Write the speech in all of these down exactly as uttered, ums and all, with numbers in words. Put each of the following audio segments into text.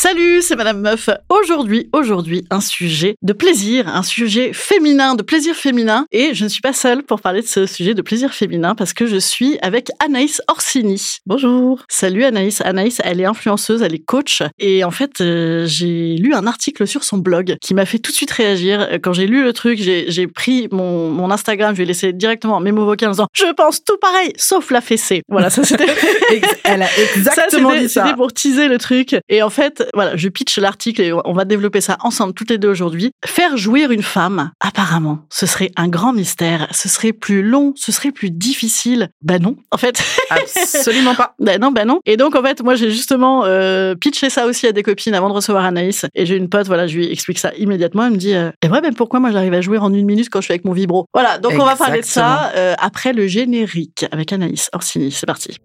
Salut, c'est Madame Meuf. Aujourd'hui, aujourd'hui, un sujet de plaisir, un sujet féminin, de plaisir féminin. Et je ne suis pas seule pour parler de ce sujet de plaisir féminin parce que je suis avec Anaïs Orsini. Bonjour. Salut Anaïs. Anaïs, elle est influenceuse, elle est coach. Et en fait, euh, j'ai lu un article sur son blog qui m'a fait tout de suite réagir. Quand j'ai lu le truc, j'ai, j'ai pris mon, mon Instagram, je lui ai laissé directement un mémo vocal en disant « Je pense tout pareil, sauf la fessée ». Voilà, ça c'était... Elle a exactement ça, dit ça. C'était pour teaser le truc. Et en fait, voilà, je pitch l'article et on va développer ça ensemble toutes les deux aujourd'hui. Faire jouir une femme, apparemment, ce serait un grand mystère. Ce serait plus long, ce serait plus difficile. Ben non, en fait. Absolument pas. Ben non, ben non. Et donc, en fait, moi, j'ai justement euh, pitché ça aussi à des copines avant de recevoir Anaïs. Et j'ai une pote, voilà, je lui explique ça immédiatement. Elle me dit, euh, et ouais, ben pourquoi moi j'arrive à jouir en une minute quand je suis avec mon vibro? Voilà, donc Exactement. On va parler de ça euh, après le générique avec Anaïs Orsini. C'est parti.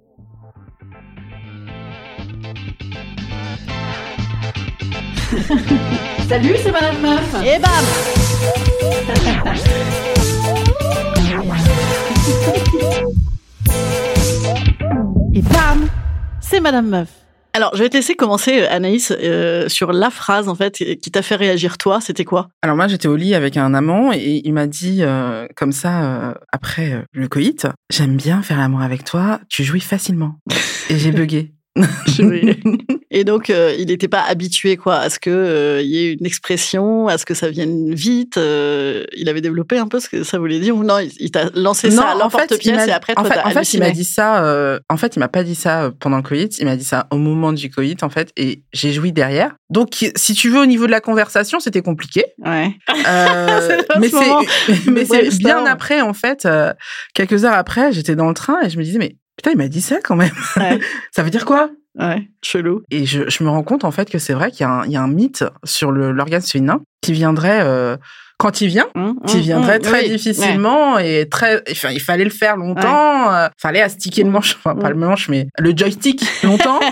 Salut, c'est Madame Meuf. Et bam. Et bam, c'est Madame Meuf. Alors, je vais te laisser commencer, Anaïs, euh, sur la phrase, en fait, qui t'a fait réagir, toi. C'était quoi? Alors moi, j'étais au lit avec un amant et il m'a dit, euh, comme ça, euh, après euh, le coït, « J'aime bien faire l'amour avec toi, tu jouis facilement. » Et j'ai bugué. Et donc, euh, il n'était pas habitué quoi, à ce qu'il euh, y ait une expression, à ce que ça vienne vite. Euh, il avait développé un peu ce que ça voulait dire ou non, il, il t'a lancé non, ça à l'emporte-pièce et après, toi, en fait, t'as en fait, il m'a dit ça. Euh, en fait, il m'a pas dit ça pendant le coït. Il m'a dit ça au moment du coït, en fait, et j'ai joui derrière. Donc, si tu veux, au niveau de la conversation, c'était compliqué. Ouais. Euh, mais c'est, mais c'est bien après, en fait, euh, quelques heures après, j'étais dans le train et je me disais, mais putain, il m'a dit ça quand même. Ouais. Ça veut dire quoi? Ouais, chelou. Et je, je me rends compte, en fait, que c'est vrai qu'il y a un, il y a un mythe sur le, l'organe féminin qui viendrait, euh, quand il vient, mmh, qui viendrait mmh, très oui, difficilement ouais. et très, enfin, il fallait le faire longtemps, ouais. euh, fallait astiquer le manche, enfin, mmh. pas le manche, mais le joystick longtemps,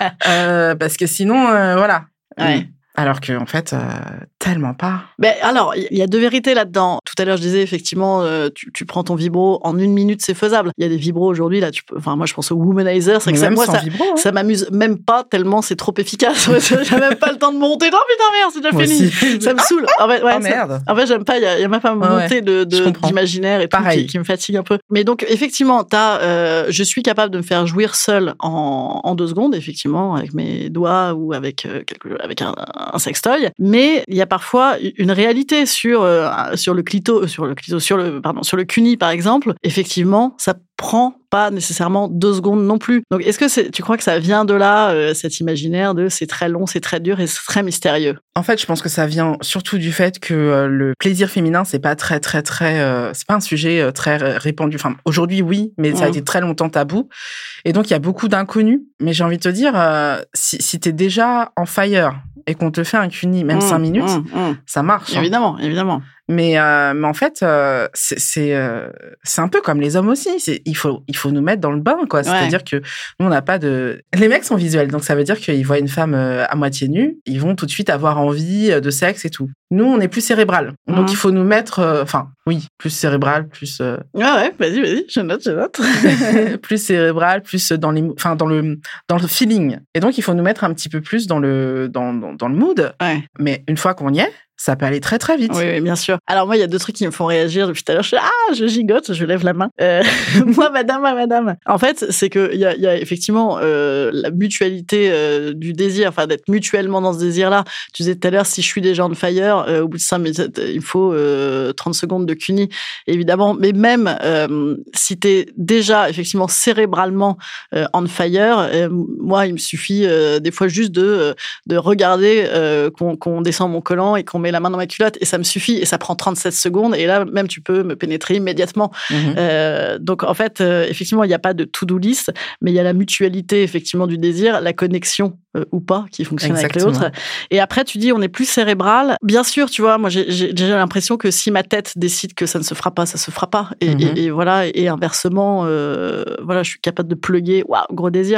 euh, parce que sinon, euh, voilà. Ouais. Alors que, en fait, euh, tellement pas. Ben alors, il y a deux vérités là-dedans. Tout à l'heure, je disais effectivement, euh, tu, tu prends ton vibro en une minute, c'est faisable. Il y a des vibros aujourd'hui là. Tu peux, enfin, moi, je pense au womanizer. C'est que ça, moi, ça, vibro, hein. ça m'amuse même pas tellement c'est trop efficace. J'ai même pas le temps de monter. Non, putain merde, c'est déjà moi fini. Aussi. Ça me saoule. En fait, ouais, oh, merde. Ça, en fait, j'aime pas. Il y a, y a même pas ouais, montée de, de d'imaginaire et tout qui, qui me fatigue un peu. Mais donc, effectivement, t'as, euh, je suis capable de me faire jouir seule en, en deux secondes, effectivement, avec mes doigts ou avec euh, quelque, avec un, un sextoy. Mais il y a parfois une réalité sur euh, sur le clito, sur le clito, sur le pardon, sur le cuni par exemple. Effectivement, ça prend pas nécessairement deux secondes non plus. Donc, est-ce que c'est, tu crois que ça vient de là, euh, cet imaginaire de c'est très long, c'est très dur et c'est très mystérieux? En fait, je pense que ça vient surtout du fait que euh, le plaisir féminin, c'est pas très, très, très, euh, c'est pas un sujet euh, très répandu. Enfin, aujourd'hui, oui, mais ça mmh. a été très longtemps tabou. Et donc, il y a beaucoup d'inconnus. Mais j'ai envie de te dire, euh, si, si t'es déjà en fire et qu'on te fait un cuni, même mmh, cinq minutes, mmh, mmh. ça marche. Évidemment, hein. évidemment. Mais, euh, mais en fait, euh, c'est, c'est, euh, c'est un peu comme les hommes aussi. C'est, il faut, il faut nous mettre dans le bain, quoi. Ouais. C'est-à-dire que nous, on n'a pas de... Les mecs sont visuels, donc ça veut dire qu'ils voient une femme euh, à moitié nue, ils vont tout de suite avoir envie de sexe et tout. Nous, on est plus cérébral. Donc, mmh. il faut nous mettre... Enfin, euh, oui, plus cérébral, plus... Euh... Ouais, ouais, vas-y, vas-y, je note, je note. plus cérébral, plus dans les... Enfin, dans le, dans le feeling. Et donc, il faut nous mettre un petit peu plus dans le, dans, dans, dans le mood. Ouais. Mais une fois qu'on y est, ça peut aller très, très vite. Oui, oui, bien sûr. Alors, moi, il y a deux trucs qui me font réagir depuis tout à l'heure. Je suis, ah, je gigote, je lève la main. Euh, moi, madame, madame. En fait, c'est qu'il y a, y a effectivement euh, la mutualité euh, du désir, enfin, d'être mutuellement dans ce désir-là. Tu disais tout à l'heure, si je suis déjà on fire, euh, au bout de cinq minutes, il faut euh, trente secondes de cuni, évidemment. Mais même euh, si t'es déjà, effectivement, cérébralement euh, on fire, euh, moi, il me suffit euh, des fois juste de, de regarder euh, qu'on, qu'on descend mon collant et qu'on met la main dans ma culotte et ça me suffit et ça prend trente-sept secondes et là même tu peux me pénétrer immédiatement. Mmh. Euh, donc en fait euh, effectivement il n'y a pas de to-do list mais il y a la mutualité effectivement du désir, la connexion euh, ou pas qui fonctionne Exactement. Avec l'autre. Et après tu dis on est plus cérébral. Bien sûr tu vois moi j'ai, j'ai, j'ai l'impression que si ma tête décide que ça ne se fera pas ça se fera pas et, mmh. et, et voilà et inversement euh, voilà je suis capable de plugger waouh gros désir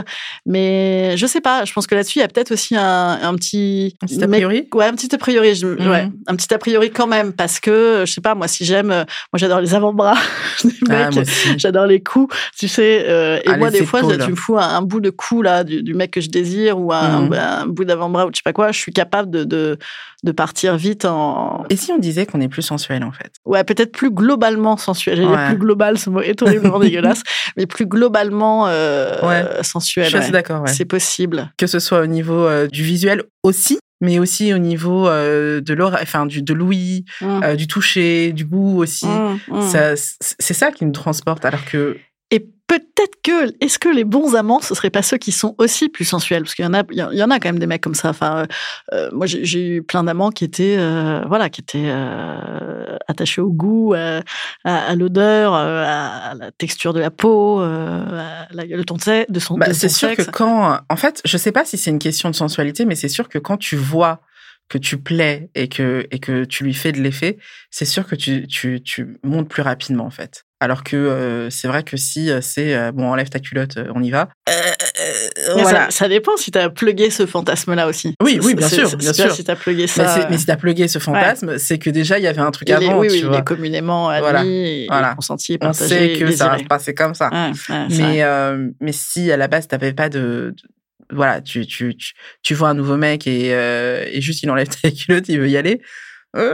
mais je sais pas je pense que là-dessus il y a peut-être aussi un, un petit un petit a priori mec, ouais un petit a priori je, mmh. ouais, un petit a priori quand même parce que je sais pas moi si j'aime moi j'adore les avant-bras des ah, mecs j'adore les coups tu sais euh, et ah, moi des fois épaules. Tu me fous un, un bout de cou là du, du mec que je désire ou un, un, Mmh. un bout d'avant-bras ou je sais pas quoi, je suis capable de, de, de partir vite en... Et si on disait qu'on est plus sensuel, en fait? Ouais, peut-être plus globalement sensuel. J'allais Ouais. dire plus global, ce mot est horriblement dégueulasse, mais plus globalement euh, Ouais. sensuel. Je suis assez ouais. d'accord, ouais. C'est possible. Que ce soit au niveau euh, du visuel aussi, mais aussi au niveau euh, de l'oreille, enfin du de l'ouïe, Mmh. euh, du toucher, du goût aussi. Mmh, mmh. Ça, c'est ça qui nous transporte, alors que Et peut-être que, est-ce que les bons amants, ce seraient pas ceux qui sont aussi plus sensuels? Parce qu'il y en a, il y en a quand même des mecs comme ça. Enfin, euh, moi, j'ai, j'ai eu plein d'amants qui étaient, euh, voilà, qui étaient euh, attachés au goût, à, à, à l'odeur, à, à la texture de la peau, euh, à la, le ton de, sexe, de son, bah, de c'est son sûr sexe. que quand, en fait, je sais pas si c'est une question de sensualité, mais c'est sûr que quand tu vois que tu plais et que et que tu lui fais de l'effet, c'est sûr que tu tu tu montes plus rapidement en fait. Alors que euh, c'est vrai que si c'est euh, bon, enlève ta culotte, euh, on y va. Euh, euh, voilà. Ça, ça dépend si t'as plugué ce fantasme-là aussi. Oui, oui, bien c'est, sûr, c'est, bien c'est sûr. Si t'as plugué ça. Mais, c'est, mais si t'as plugué ce fantasme, ouais. c'est que déjà il y avait un truc il avant. Est, oui, tu oui, vois. Il est communément admis, voilà. et voilà. consenti, et on partagé. sait que désiré. ça va se passer comme ça. Ouais, ouais, mais euh, mais si à la base t'avais pas de, de voilà, tu, tu, tu, tu vois un nouveau mec et, euh, et juste il enlève ta culotte, il veut y aller. Euh...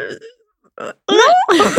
Non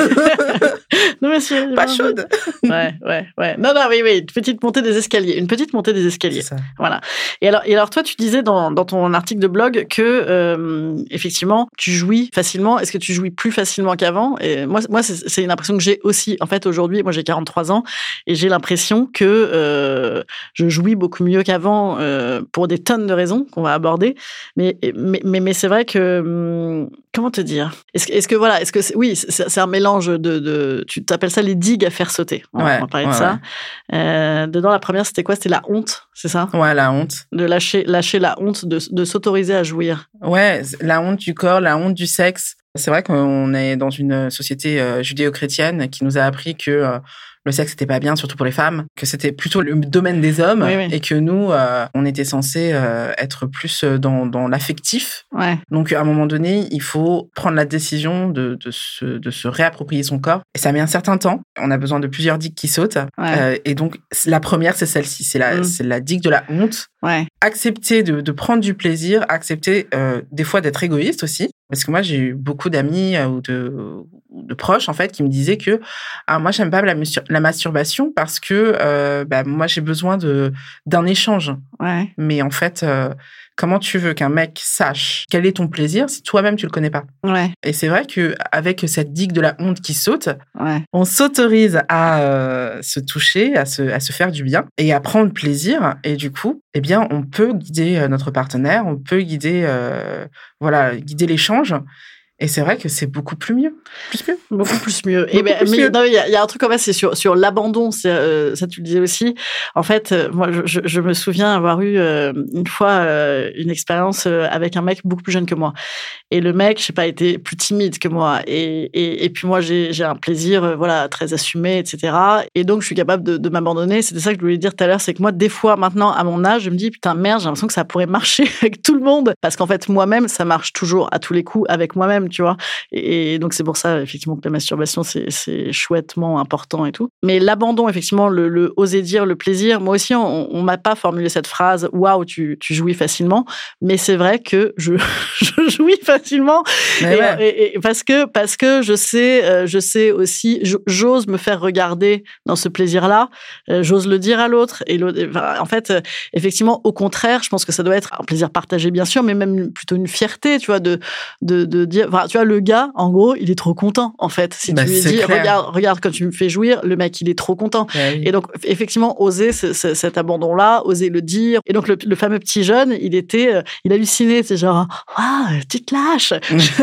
Non, monsieur. Pas chaude. Ouais, ouais, ouais. Non, non, oui, oui. Une petite montée des escaliers. Une petite montée des escaliers. C'est ça. Voilà. Et alors, et alors, toi, tu disais dans, dans ton article de blog que, euh, effectivement, tu jouis facilement. Est-ce que tu jouis plus facilement qu'avant? Et moi, moi c'est, c'est une impression que j'ai aussi. En fait, aujourd'hui, moi, j'ai quarante-trois ans et j'ai l'impression que euh, je jouis beaucoup mieux qu'avant euh, pour des tonnes de raisons qu'on va aborder. Mais, mais, mais, mais c'est vrai que... Hum, comment te dire? Est-ce que, est-ce que voilà, est-ce que c'est, oui, c'est, c'est un mélange de, de, tu t'appelles ça les digues à faire sauter. On, ouais, on va parler ouais, de ça. Ouais. Euh, dedans, la première, c'était quoi? C'était la honte, c'est ça? Ouais, la honte. De lâcher, lâcher la honte, de, de s'autoriser à jouir. Ouais, la honte du corps, la honte du sexe. C'est vrai qu'on est dans une société euh, judéo-chrétienne qui nous a appris que euh, le sexe c'était pas bien, surtout pour les femmes, que c'était plutôt le domaine des hommes, oui, oui. et que nous, euh, on était censés euh, être plus dans, dans l'affectif. Ouais. Donc, à un moment donné, il faut prendre la décision de, de, se, de se réapproprier son corps. Et ça met un certain temps. On a besoin de plusieurs digues qui sautent. Ouais. Euh, et donc, la première, c'est celle-ci. C'est la, mmh. c'est la digue de la honte. Ouais. Accepter de, de prendre du plaisir, accepter euh, des fois d'être égoïste aussi. Parce que moi, j'ai eu beaucoup d'amis euh, ou de, de proches, en fait, qui me disaient que ah, moi, j'aime pas la, la masturbation parce que euh, bah, moi, j'ai besoin de, d'un échange. Ouais. Mais en fait, euh, comment tu veux qu'un mec sache quel est ton plaisir si toi-même, tu le connais pas? Ouais. Et c'est vrai qu'avec cette digue de la honte qui saute, ouais. on s'autorise à euh, se toucher, à se, à se faire du bien et à prendre plaisir. Et du coup, eh bien, on peut guider notre partenaire, on peut guider, euh, voilà, guider l'échange. Et c'est vrai que c'est beaucoup plus mieux. Plus mieux. Beaucoup plus mieux. Beaucoup et ben, plus mais non, il y, y a un truc en fait, c'est sur, sur l'abandon. C'est, euh, ça, tu le disais aussi. En fait, euh, moi, je, je me souviens avoir eu euh, une fois euh, une expérience euh, avec un mec beaucoup plus jeune que moi. Et le mec, je sais pas, était plus timide que moi. Et, et, et puis moi, j'ai, j'ai un plaisir, euh, voilà, très assumé, et cetera. Et donc, je suis capable de, de m'abandonner. C'était ça que je voulais dire tout à l'heure, c'est que moi, des fois, maintenant, à mon âge, je me dis, putain, merde, j'ai l'impression que ça pourrait marcher avec tout le monde. Parce qu'en fait, moi-même, ça marche toujours à tous les coups avec moi-même, tu vois. Et, et donc, c'est pour ça, effectivement, que la masturbation, c'est, c'est chouettement important et tout. Mais l'abandon, effectivement, le, le oser dire, le plaisir, moi aussi, on, on m'a pas formulé cette phrase, waouh, tu, tu jouis facilement. Mais c'est vrai que je, je jouis facilement. Et, ouais. et, et parce que, parce que je sais, euh, je sais aussi, j'ose me faire regarder dans ce plaisir-là, euh, j'ose le dire à l'autre. Et l'autre, enfin, en fait, euh, effectivement, au contraire, je pense que ça doit être un plaisir partagé, bien sûr, mais même plutôt une fierté, tu vois, de, de, de dire, enfin, tu vois, le gars, en gros, il est trop content, en fait. Si bah, tu lui dis, clair. regarde, regarde, quand tu me fais jouir, le mec, il est trop content. Ouais, oui. Et donc, effectivement, oser ce, ce, cet abandon-là, oser le dire. Et donc, le, le fameux petit jeune, il était, euh, il hallucinait, c'est genre, waouh, tu te lâches.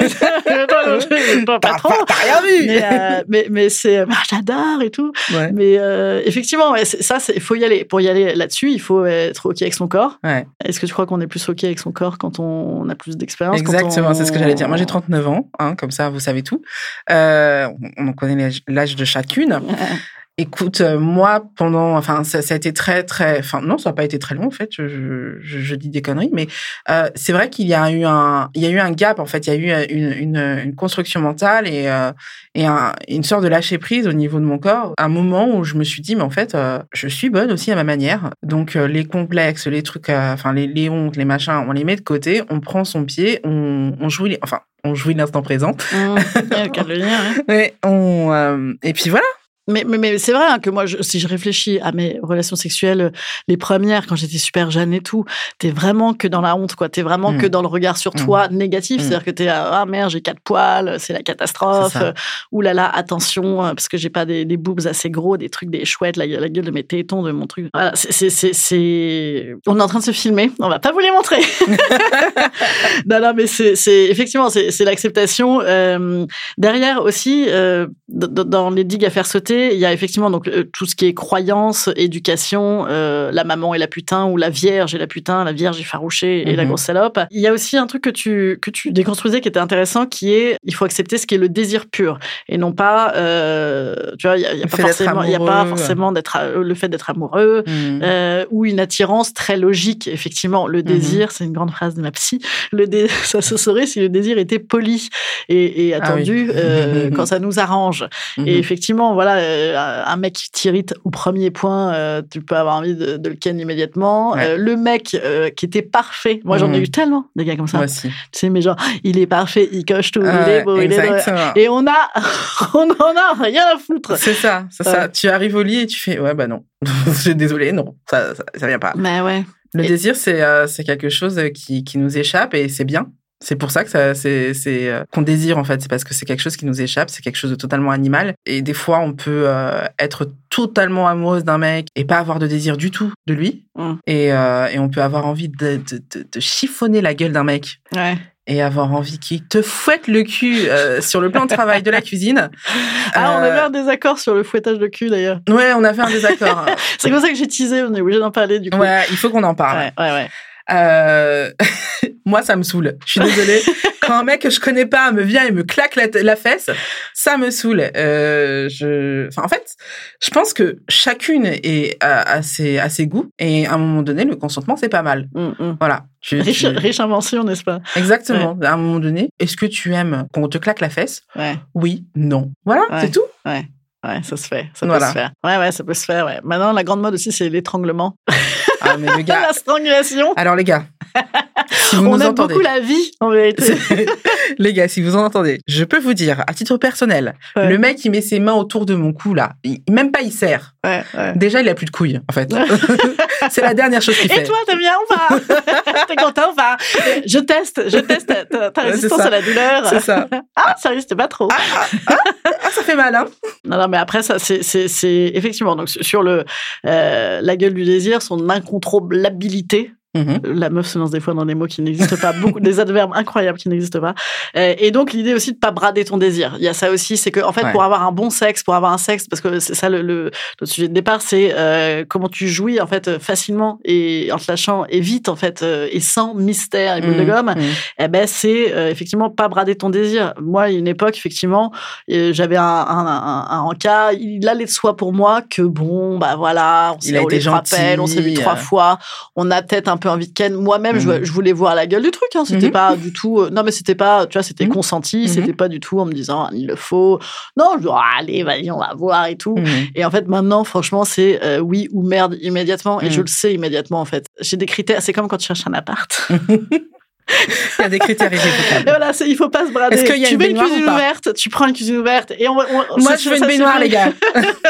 pas, pas trop. T'as rien vu. Mais, euh, mais, mais c'est, ah, j'adore et tout. Ouais. Mais euh, effectivement, ouais, c'est, ça, il faut y aller. Pour y aller là-dessus, il faut être OK avec son corps. Ouais. Est-ce que tu crois qu'on est plus OK avec son corps quand on a plus d'expérience? Exactement, on... c'est ce que j'allais dire. Moi, j'ai trente-neuf ans, hein, comme ça, vous savez tout. Euh, on connaît l'âge de chacune. Écoute, euh, moi, pendant, enfin, ça, ça a été très, très, enfin, non, ça n'a pas été très long, en fait, je, je, je dis des conneries, mais euh, c'est vrai qu'il y a eu un, il y a eu un gap, en fait, il y a eu une, une, une construction mentale et, euh, et un, une sorte de lâcher prise au niveau de mon corps. Un moment où je me suis dit, mais en fait, euh, je suis bonne aussi à ma manière. Donc, euh, les complexes, les trucs, euh, enfin, les, les hontes, les machins, on les met de côté, on prend son pied, on, on jouit, les, enfin, on jouit l'instant présent. Mmh, ouais, le lien, hein. Ouais, on, euh, et puis voilà. Mais, mais, mais c'est vrai hein, que moi, je, si je réfléchis à mes relations sexuelles, les premières, quand j'étais super jeune et tout, t'es vraiment que dans la honte, quoi. T'es vraiment mmh. que dans le regard sur toi mmh. négatif. Mmh. C'est-à-dire que t'es, ah merde, j'ai quatre poils, c'est la catastrophe. Euh, Ouh là là, attention, parce que j'ai pas des, des boobs assez gros, des trucs, des chouettes, la, la gueule de mes tétons, de mon truc. Voilà, c'est, c'est, c'est, c'est... On est en train de se filmer, on va pas vous les montrer. non, non, mais c'est, c'est effectivement, c'est, c'est l'acceptation. Euh, derrière aussi, euh, dans les digues à faire sauter, il y a effectivement donc euh, tout ce qui est croyance, éducation, euh, la maman et la putain, ou la vierge et la putain, la vierge effarouchée et mm-hmm. la grosse salope. Il y a aussi un truc que tu que tu déconstruisais qui était intéressant, qui est il faut accepter ce qui est le désir pur et non pas euh, tu vois il y a, il y a pas forcément il y a pas forcément d'être le fait d'être amoureux mm-hmm. euh, ou une attirance très logique. Effectivement, le désir, mm-hmm. c'est une grande phrase de ma psy. Le dé... ça se saurait si le désir était poli et, et attendu ah oui. euh, quand ça nous arrange. Mm-hmm. Et effectivement, voilà. Un mec qui t'irrite au premier point, euh, tu peux avoir envie de, de le ken immédiatement. Ouais. Euh, le mec euh, qui était parfait, moi j'en ai mmh. eu tellement des gars comme ça. Moi aussi. Tu sais, mais genre, il est parfait, il coche tout, euh, il est beau, exactement. il est beau. Et on a, on en a rien à foutre. C'est ça, c'est ouais. ça. Tu arrives au lit et tu fais, ouais, bah non. Je suis désolée, non, ça, ça, ça vient pas. Mais ouais. Le et... désir, c'est, euh, c'est quelque chose qui, qui nous échappe et c'est bien. C'est pour ça que ça, c'est, c'est euh, qu'on désire en fait, c'est parce que c'est quelque chose qui nous échappe, c'est quelque chose de totalement animal. Et des fois, on peut euh, être totalement amoureuse d'un mec et pas avoir de désir du tout de lui. Mm. Et, euh, et on peut avoir envie de, de, de, de chiffonner la gueule d'un mec. Ouais. Et avoir envie qu'il te fouette le cul euh, sur le plan de travail de la cuisine. Ah, euh... on avait un désaccord sur le fouettage de cul d'ailleurs. Ouais, on avait un désaccord. C'est comme ça que j'ai teasé, on est obligé d'en parler du coup. Ouais, il faut qu'on en parle. Ouais, ouais, ouais. Euh... Moi, ça me saoule. Je suis désolée. Quand un mec que je connais pas me vient et me claque la, t- la fesse, ça me saoule. Euh, je... Enfin, en fait, je pense que chacune est à, à, ses, à ses goûts et à un moment donné, le consentement, c'est pas mal. Mm-hmm. Voilà. Tu, riche, tu... riche invention, n'est-ce pas? Exactement. Ouais. À un moment donné, est-ce que tu aimes qu'on te claque la fesse? Ouais. Oui, non. Voilà, ouais. c'est tout. Ouais. Ouais, ça se fait. Ça voilà. peut se faire. Ouais, ouais, ça peut se faire, ouais. Maintenant, la grande mode aussi, c'est l'étranglement. Ah, mais le gars. La strangulation. Alors, les gars. Si vous on nous aime entendez, beaucoup la vie, en vérité. Les gars, si vous en entendez, je peux vous dire, à titre personnel, ouais. le mec, il met ses mains autour de mon cou, là. Il, même pas, il serre. Ouais, ouais. Déjà, il a plus de couilles, en fait. C'est la dernière chose qu'il fait. Et toi, t'aimes bien ou pas? T'es content ou pas? Je teste, je teste ta, ta résistance à la douleur. C'est ça. Ah, ça résiste pas trop. Ah, ah, ah, ah, ça fait mal, hein? Non, non, mais après, ça, c'est, c'est, c'est effectivement, donc, sur le, euh, la gueule du désir, son incontrôlabilité. Mmh. La meuf se lance des fois dans des mots qui n'existent pas, beaucoup des adverbes incroyables qui n'existent pas. Et donc l'idée aussi de pas brader ton désir. Il y a ça aussi, c'est que en fait ouais. pour avoir un bon sexe, pour avoir un sexe, parce que c'est ça le, le, le sujet de départ, c'est euh, comment tu jouis en fait facilement et en te lâchant et vite en fait euh, et sans mystère et boule mmh. de gomme. Mmh. Et ben c'est euh, effectivement pas brader ton désir. Moi, il y a une époque effectivement, euh, j'avais un un un, un encas, il allait de soi pour moi que bon bah voilà, on s'est roulé trois pelles, on s'est vu trois fois, on a peut-être un peu envie de ken. Moi-même, mmh. je, je voulais voir la gueule du truc. Hein. C'était mmh. pas du tout. Euh, non, mais c'était pas. Tu vois, c'était mmh. consenti. Mmh. C'était pas du tout en me disant il le faut. Non, je dis oh, allez, vas-y, on va voir et tout. Mmh. Et en fait, maintenant, franchement, c'est euh, oui ou merde immédiatement. Et mmh. je le sais immédiatement en fait. J'ai des critères. C'est comme quand tu cherches un appart. Il y a des critères irrévocables. Et voilà, c'est, il faut pas se brader. Est-ce qu'il y a tu une veux baignoire une cuisine ouverte, tu prends une cuisine ouverte et on, on moi je veux une baignoire les gars.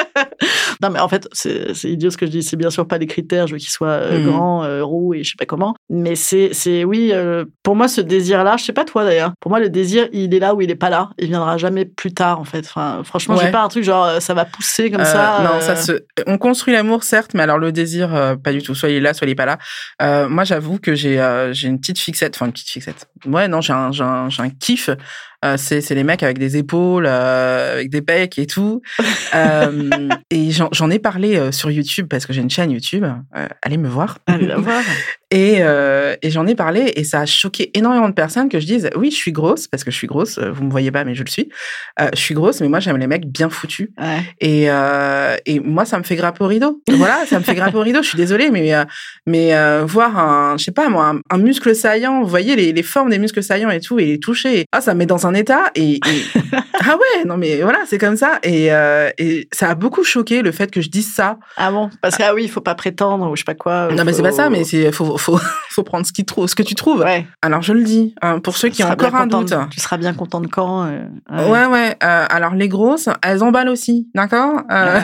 Non mais en fait c'est, c'est idiot ce que je dis, c'est bien sûr pas des critères, je veux qu'il soit euh, mmh. grand, euh, roux et je sais pas comment, mais c'est c'est oui euh, pour moi ce désir là, je sais pas toi d'ailleurs. Pour moi le désir, il est là ou il est pas là, il viendra jamais plus tard en fait. Enfin franchement, ouais. j'ai pas un truc genre ça va pousser comme euh, ça. Non, euh... ça se on construit l'amour certes, mais alors le désir euh, pas du tout, soit il est là, soit il est pas là. Euh, moi j'avoue que j'ai euh, j'ai une petite fixette, enfin une petite fixette. Ouais, non, j'ai un, j'ai un, j'ai un kiff Euh, c'est, c'est les mecs avec des épaules, euh, avec des pecs et tout. euh, et j'en, j'en ai parlé euh, sur YouTube parce que j'ai une chaîne YouTube. Euh, allez me voir. Allez la voir. Et, euh, et j'en ai parlé et ça a choqué énormément de personnes que je dise oui, je suis grosse parce que je suis grosse. Vous me voyez pas, mais je le suis. Euh, je suis grosse, mais moi j'aime les mecs bien foutus. Ouais. Et euh, et moi ça me fait grapper au rideau. Voilà, ça me fait grapper au rideau. Je suis désolée, mais euh, mais euh, voir un, je sais pas moi, un, un muscle saillant. Vous voyez les les formes des muscles saillants et tout, et les toucher. Ah, ça me met dans un état. Et, et... ah ouais, non mais voilà, c'est comme ça. Et euh, et ça a beaucoup choqué le fait que je dise ça. Ah bon, parce que ah oui, il faut pas prétendre ou je sais pas quoi. Non faut... mais c'est pas ça, mais c'est faut faut faut prendre ce qui trouve, ce que tu trouves. Ouais. Alors je le dis hein, pour ceux qui ont encore un doute. De, tu seras bien content de quand euh, ouais ouais. ouais euh, alors les grosses, elles emballent aussi, d'accord. Euh,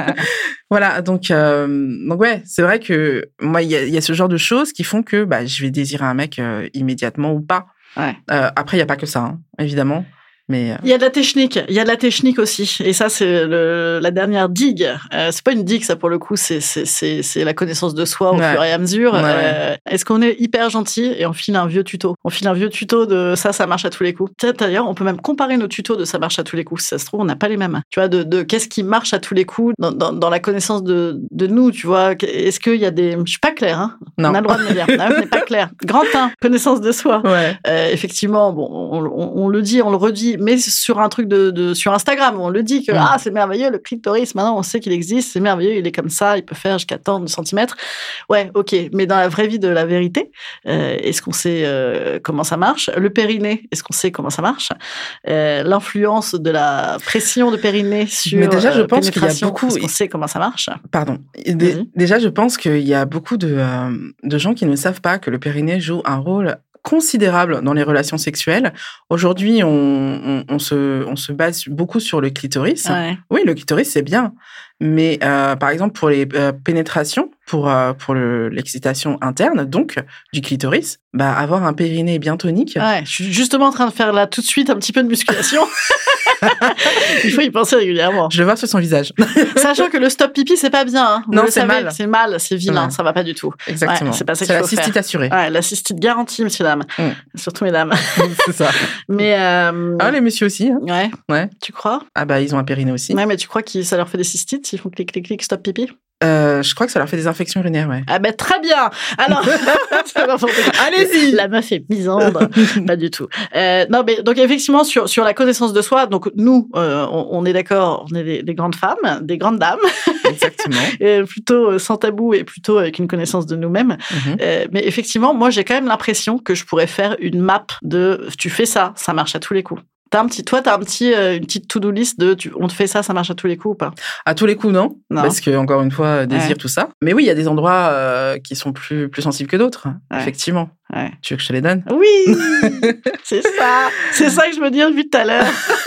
voilà donc euh, donc ouais, c'est vrai que moi il y a, y a ce genre de choses qui font que bah je vais désirer un mec euh, immédiatement ou pas. Ouais. Euh, après il y a pas que ça, hein, évidemment. Mais... Il y a de la technique, il y a de la technique aussi. Et ça, c'est le, la dernière digue. Euh, c'est pas une digue, ça, pour le coup, c'est, c'est, c'est, c'est la connaissance de soi au ouais. fur et à mesure. Ouais. Euh, est-ce qu'on est hyper gentil et on file un vieux tuto? On file un vieux tuto de ça, ça marche à tous les coups. D'ailleurs, on peut même comparer nos tutos de ça marche à tous les coups. Si ça se trouve, on n'a pas les mêmes. Tu vois, de, de qu'est-ce qui marche à tous les coups dans, dans, dans la connaissance de, de nous, tu vois. Est-ce qu'il y a des... Je suis pas claire, hein. Non. On a le droit de me dire. Non, on n'est pas clair. Grand un, connaissance de soi. Ouais. Euh, effectivement, bon, on, on, on le dit, on le redit, mais sur un truc De, de, sur Instagram, on le dit que mmh. ah, c'est merveilleux, le clitoris, maintenant on sait qu'il existe, c'est merveilleux, il est comme ça, il peut faire jusqu'à tant de centimètres. Ouais, ok, mais dans la vraie vie de la vérité, euh, est-ce qu'on sait euh, comment ça marche? Le périnée, est-ce qu'on sait comment ça marche? euh, L'influence de la pression de périnée sur mais déjà, je euh, pense qu'il y a beaucoup... est-ce qu'on sait comment ça marche? Pardon. Dé- déjà, je pense qu'il y a beaucoup de, euh, de gens qui ne savent pas que le périnée joue un rôle considérable dans les relations sexuelles. Aujourd'hui, on, on, on, se, on se base beaucoup sur le clitoris. Ouais. Oui, le clitoris, c'est bien. Mais euh, par exemple, pour les euh, pénétrations, pour, euh, pour le, l'excitation interne, donc du clitoris, bah, avoir un périnée bien tonique... Ouais, je suis justement en train de faire là tout de suite un petit peu de musculation. Il faut y penser régulièrement. Je le vois sur son visage. Sachant que le stop pipi, c'est pas bien. Hein. Vous non, le c'est savez, mal. C'est mal, c'est vilain, ouais. Ça va pas du tout. Exactement. Ouais, c'est pas ça c'est qu'il la faut cystite faire. assurée. Ouais, la cystite garantie, messieurs, dames. Mm. Surtout mesdames. C'est ça. Mais euh... ah, les messieurs aussi. Hein. Ouais. Ouais. Tu crois? Ah bah, ils ont un périnée aussi. Ouais, mais tu crois que ça leur fait des cystites s'ils font clic, clic, clic, stop pipi? Euh, je crois que ça leur fait des infections urinaires, ouais. Ah ben très bien. Alors, allez-y. La meuf est misandre, pas du tout. Euh, non, mais donc effectivement sur sur la connaissance de soi, donc nous, euh, on, on est d'accord, on est des, des grandes femmes, des grandes dames. Exactement. Et plutôt sans tabou et plutôt avec une connaissance de nous-mêmes. Mm-hmm. Euh, mais effectivement, moi j'ai quand même l'impression que je pourrais faire une map de tu fais ça, ça marche à tous les coups. T'as un petit, toi, t'as un petit, euh, une petite to-do list de, tu, on te fait ça, ça marche à tous les coups ou pas? À tous les coups, non. non. Parce que, encore une fois, désir, ouais. tout ça. Mais oui, il y a des endroits euh, qui sont plus, plus sensibles que d'autres, ouais. effectivement. Ouais. Tu veux que je te les donne? Oui! C'est ça! C'est ça que je me dis depuis tout à l'heure.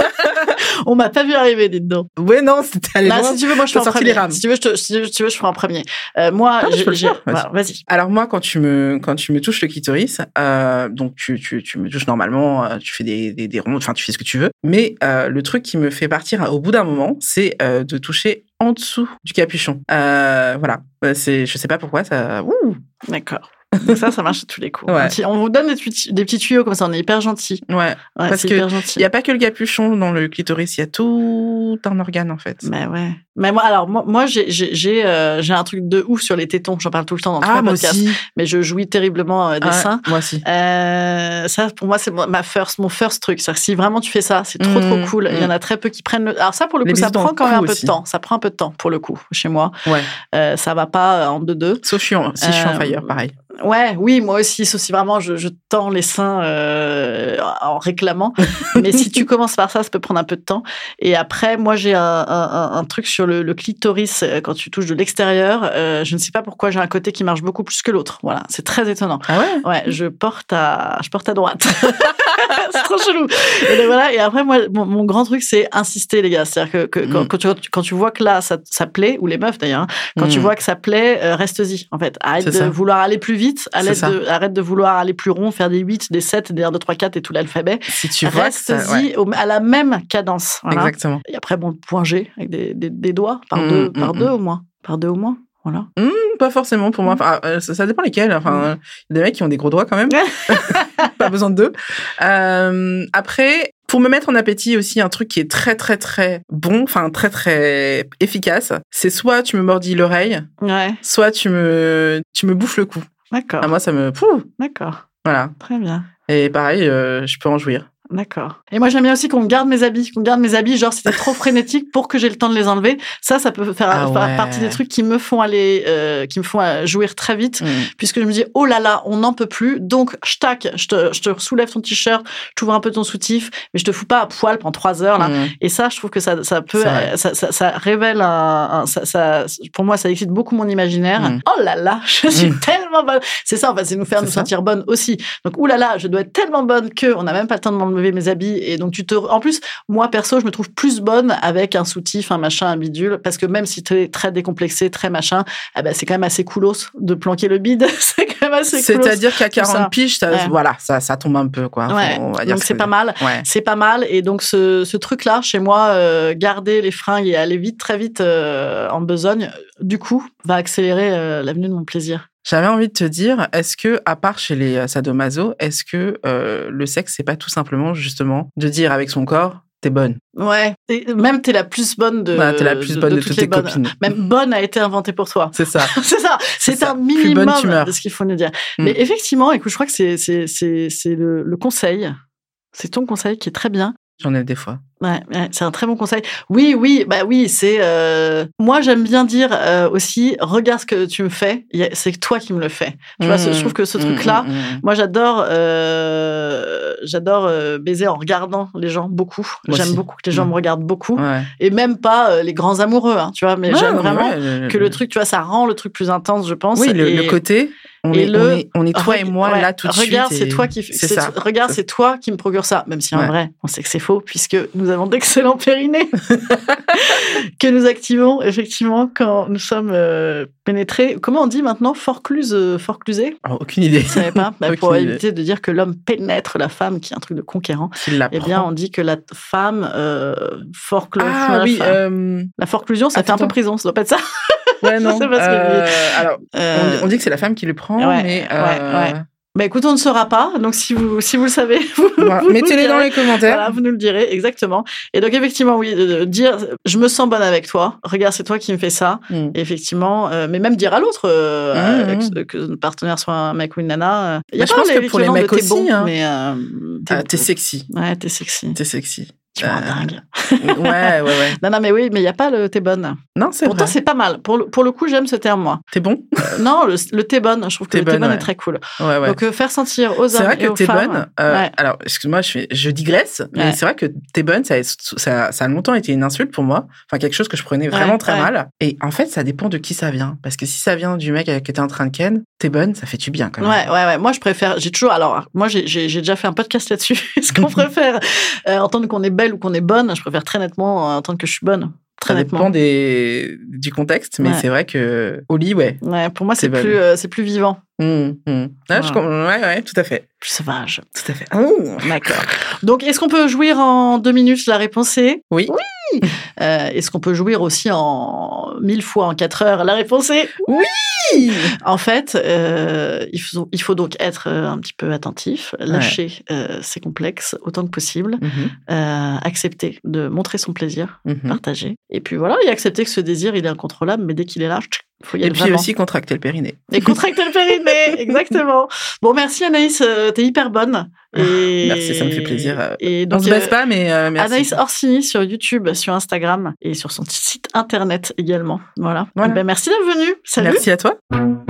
On m'a pas vu arriver, dites donc. Ouais, non, c'était allé loin. Si tu veux, moi, je fais en premier. Les si tu veux, je te, si tu veux, je ferai en premier. Euh, moi, ah, j'ai, je peux le faire. Vas-y. Voilà, vas-y. Alors, moi, quand tu me, quand tu me touches le clitoris, euh, donc, tu, tu, tu me touches normalement, tu fais des, des, des rondes, enfin, tu fais ce que tu veux. Mais, euh, le truc qui me fait partir au bout d'un moment, c'est, euh, de toucher en dessous du capuchon. Euh, voilà. C'est, je sais pas pourquoi, ça, ouh. D'accord. Donc ça, ça marche à tous les coups. Ouais. On vous donne des petits, des petits tuyaux comme ça, on est hyper gentils. Ouais, ouais parce que il y a pas que le capuchon dans le clitoris, il y a tout un organe en fait. Mais ouais. Mais moi, alors moi, moi j'ai j'ai j'ai, euh, j'ai un truc de ouf sur les tétons. J'en parle tout le temps dans tous ah, mes podcasts. Aussi. Mais je jouis terriblement euh, des ah, seins. Moi aussi. Euh, ça, pour moi, c'est ma first, mon first truc. C'est-à-dire que si vraiment tu fais ça, c'est trop mmh, trop cool. Mmh. Il y en a très peu qui prennent. Le... Alors ça, pour le coup, les ça prend quand même un peu de temps. Ça prend un peu de temps pour le coup chez moi. Ouais. Euh, ça va pas en deux deux. Sauf si, si euh, je suis en fire, pareil. Ouais, oui, moi aussi, sauf si vraiment je, je tends les seins euh, en réclamant. Mais si tu commences par ça, ça peut prendre un peu de temps. Et après, moi, j'ai un, un, un truc sur le, le clitoris quand tu touches de l'extérieur. Euh, je ne sais pas pourquoi j'ai un côté qui marche beaucoup plus que l'autre. Voilà, c'est très étonnant. Ah ouais. Ouais, je porte à, je porte à droite. C'est trop chelou. Et donc, voilà. Et après, moi, mon, mon grand truc, c'est insister, les gars. C'est-à-dire que, que mm. quand, quand, tu, quand tu vois que là, ça, ça plaît, ou les meufs d'ailleurs, quand mm. tu vois que ça plaît, euh, reste-y. En fait, arrête c'est de ça. vouloir aller plus vite. Arrête de, arrête de vouloir aller plus rond, faire des huit, des sept, des un, deux, trois, quatre et tout l'alphabet. Si tu vois reste-y ça, ouais. au, à la même cadence. Voilà. Exactement. Et après, bon, le point G avec des, des, des doigts par mm, deux, mm, par mm. deux au moins, par deux au moins. Voilà. Mmh, pas forcément pour moi. Enfin, euh, ça, ça dépend lesquels. Enfin, il mmh. y a des mecs qui ont des gros doigts quand même. Pas besoin de deux. Euh, après, Pour me mettre en appétit aussi, un truc qui est très très très bon, enfin très très efficace, c'est soit tu me mordis l'oreille, ouais. soit tu me tu me bouffes le cou. D'accord. Ah, moi ça me pouh. D'accord. Voilà. Très bien. Et pareil, euh, je peux en jouir. D'accord. Et moi, j'aime bien aussi qu'on garde mes habits, qu'on garde mes habits, genre c'était trop frénétique pour que j'ai le temps de les enlever. Ça, ça peut faire, ah faire ouais. partie des trucs qui me font aller, euh, qui me font jouir très vite, mmh. puisque je me dis oh là là, on n'en peut plus. Donc, je tac, je te, je te soulève ton t-shirt, je t'ouvre un peu ton soutif, mais je te fous pas à poil pendant trois heures là. Mmh. Et ça, je trouve que ça, ça peut, euh, ça, ça, ça révèle un, un ça, ça, pour moi, ça excite beaucoup mon imaginaire. Mmh. Oh là là, je suis mmh. tellement bonne. C'est ça, en fait, c'est nous faire c'est nous ça. sentir bonne aussi. Donc, oh là là, je dois être tellement bonne que on n'a même pas le temps de m'enlever mes habits. Et donc, tu te, en plus, moi, perso, je me trouve plus bonne avec un soutif, un machin, un bidule, parce que même si tu es très décomplexé, très machin, eh ben, c'est quand même assez coolos de planquer le bide. C'est quand même assez coolos. C'est-à-dire qu'à quarante piges, ça, ouais. voilà, ça, ça tombe un peu, quoi. Ouais. Faut, on va dire donc, c'est que... pas mal. Ouais. C'est pas mal. Et donc, ce, ce truc-là, chez moi, euh, garder les fringues et aller vite, très vite euh, en besogne, du coup, va accélérer euh, l'avenue de mon plaisir. J'avais envie de te dire, est-ce que, à part chez les sadomaso, est-ce que euh, le sexe, c'est pas tout simplement, justement, de dire avec son corps, t'es bonne. Ouais. Et même t'es la plus bonne de, bah, t'es la plus de, bonne de, de toutes, toutes les tes bonnes. copines. Même bonne a été inventée pour toi. C'est ça. c'est ça. C'est, c'est un ça. minimum bonne, de ce qu'il faut nous dire. Mm. Mais effectivement, écoute, je crois que c'est, c'est, c'est, c'est le, le conseil. C'est ton conseil qui est très bien. J'en ai des fois. Ouais, ouais, c'est un très bon conseil. Oui, oui, bah oui, c'est. Euh... Moi, j'aime bien dire euh, aussi, regarde ce que tu me fais. C'est toi qui me le fais. Tu mmh, vois, je trouve que ce mmh, truc-là, mmh. moi, j'adore, euh, j'adore euh, baiser en regardant les gens beaucoup. Moi j'aime aussi. beaucoup que les gens mmh. me regardent beaucoup, ouais. et même pas euh, les grands amoureux, hein, tu vois. Mais ouais, j'aime vraiment ouais, le, que le truc, tu vois, ça rend le truc plus intense, je pense. Oui, le, et... le côté. On est, le, on, est, on est toi et moi ouais, là tout de suite. Regarde, c'est toi qui, c'est c'est, ça. Regarde, c'est toi qui me procure ça. Même si en ouais. vrai, on sait que c'est faux puisque nous avons d'excellents périnées que nous activons effectivement quand nous sommes euh, pénétrés. Comment on dit maintenant, forcluse, euh, forclusé? Oh, aucune idée. Je savais pas. Bah, pour idée. éviter de dire que l'homme pénètre la femme, qui est un truc de conquérant. Eh bien, on dit que la femme euh, forcle. Ah oui. La, euh... la forclusion, ça Attends. fait un peu prison. Ça doit pas être ça. Ouais, non. Je sais pas ce euh, que alors, euh... on, dit, on dit que c'est la femme qui le prend, ouais, mais. Euh... Ouais, ouais. Bah écoute, on ne saura pas. Donc si vous si vous le savez, vous, voilà. vous mettez-les dans les commentaires. Voilà, vous nous le direz exactement. Et donc effectivement, oui, de dire je me sens bonne avec toi. Regarde, c'est toi qui me fais ça. Mm. Et effectivement, euh, mais même dire à l'autre euh, mm, mm. que, que notre partenaire soit un mec ou une nana. Il y a je pense que pour les mecs aussi, bon, hein. mais euh, t'es, ah, t'es sexy. Ouais, t'es sexy. T'es sexy. Tu vois, euh... dingue. Ouais, ouais, ouais. Non, non, mais oui, mais il n'y a pas le t'es bonne. Non, c'est Pourtant, vrai. c'est pas mal. Pour le, pour le coup, j'aime ce terme, moi. T'es bon? euh, Non, le, le t'es bonne. Je trouve que t'es le t'es bonne, bonne ouais. est très cool. Ouais, ouais. Donc, euh, faire sentir aux c'est hommes vrai que et aux t'es femmes. bonne. Euh, ouais. Alors, excuse-moi, je, fais, je digresse, mais ouais. c'est vrai que t'es bonne, ça, ça, ça a longtemps été une insulte pour moi. Enfin, quelque chose que je prenais vraiment ouais, très ouais. mal. Et en fait, ça dépend de qui ça vient. Parce que si ça vient du mec qui était en train de ken, t'es bonne, ça fait du bien quand même. Ouais, ouais, ouais. Moi, je préfère. J'ai toujours. Alors, moi, j'ai, j'ai, j'ai déjà fait un podcast là-dessus. Est-ce qu'on préfère euh, entendre qu'on est belle ou qu'on est bonne? Je préfère très nettement entendre que je suis bonne. Très ça nettement. dépend des, du contexte, mais ouais. c'est vrai que au lit, ouais. Ouais, pour moi, c'est, c'est plus, euh, c'est plus vivant. Mmh, mmh. Ah, voilà. je, ouais, ouais, tout à fait. Plus sauvage. Tout à fait. Oh. D'accord. Donc, est-ce qu'on peut jouir en deux minutes? La réponse est oui. Oui. euh, est-ce qu'on peut jouir aussi en mille fois en quatre heures? La réponse est oui. En fait, euh, il, faut, il faut donc être un petit peu attentif, lâcher ouais. euh, ses complexes autant que possible, mm-hmm. euh, accepter de montrer son plaisir, mm-hmm. partager. Et puis voilà, et accepter que ce désir, il est incontrôlable, mais dès qu'il est là, faut y aller. Et puis vraiment. aussi contracter le périnée. Et contracter le périnée, exactement. Bon, merci Anaïs, euh, t'es hyper bonne. Et... Merci, ça me fait plaisir. Et donc, on se baisse euh, pas, mais euh, merci. Anaïs Orsini sur YouTube, sur Instagram et sur son site internet également. Voilà. voilà. Ben, merci d'être venue. Salut. Merci à toi.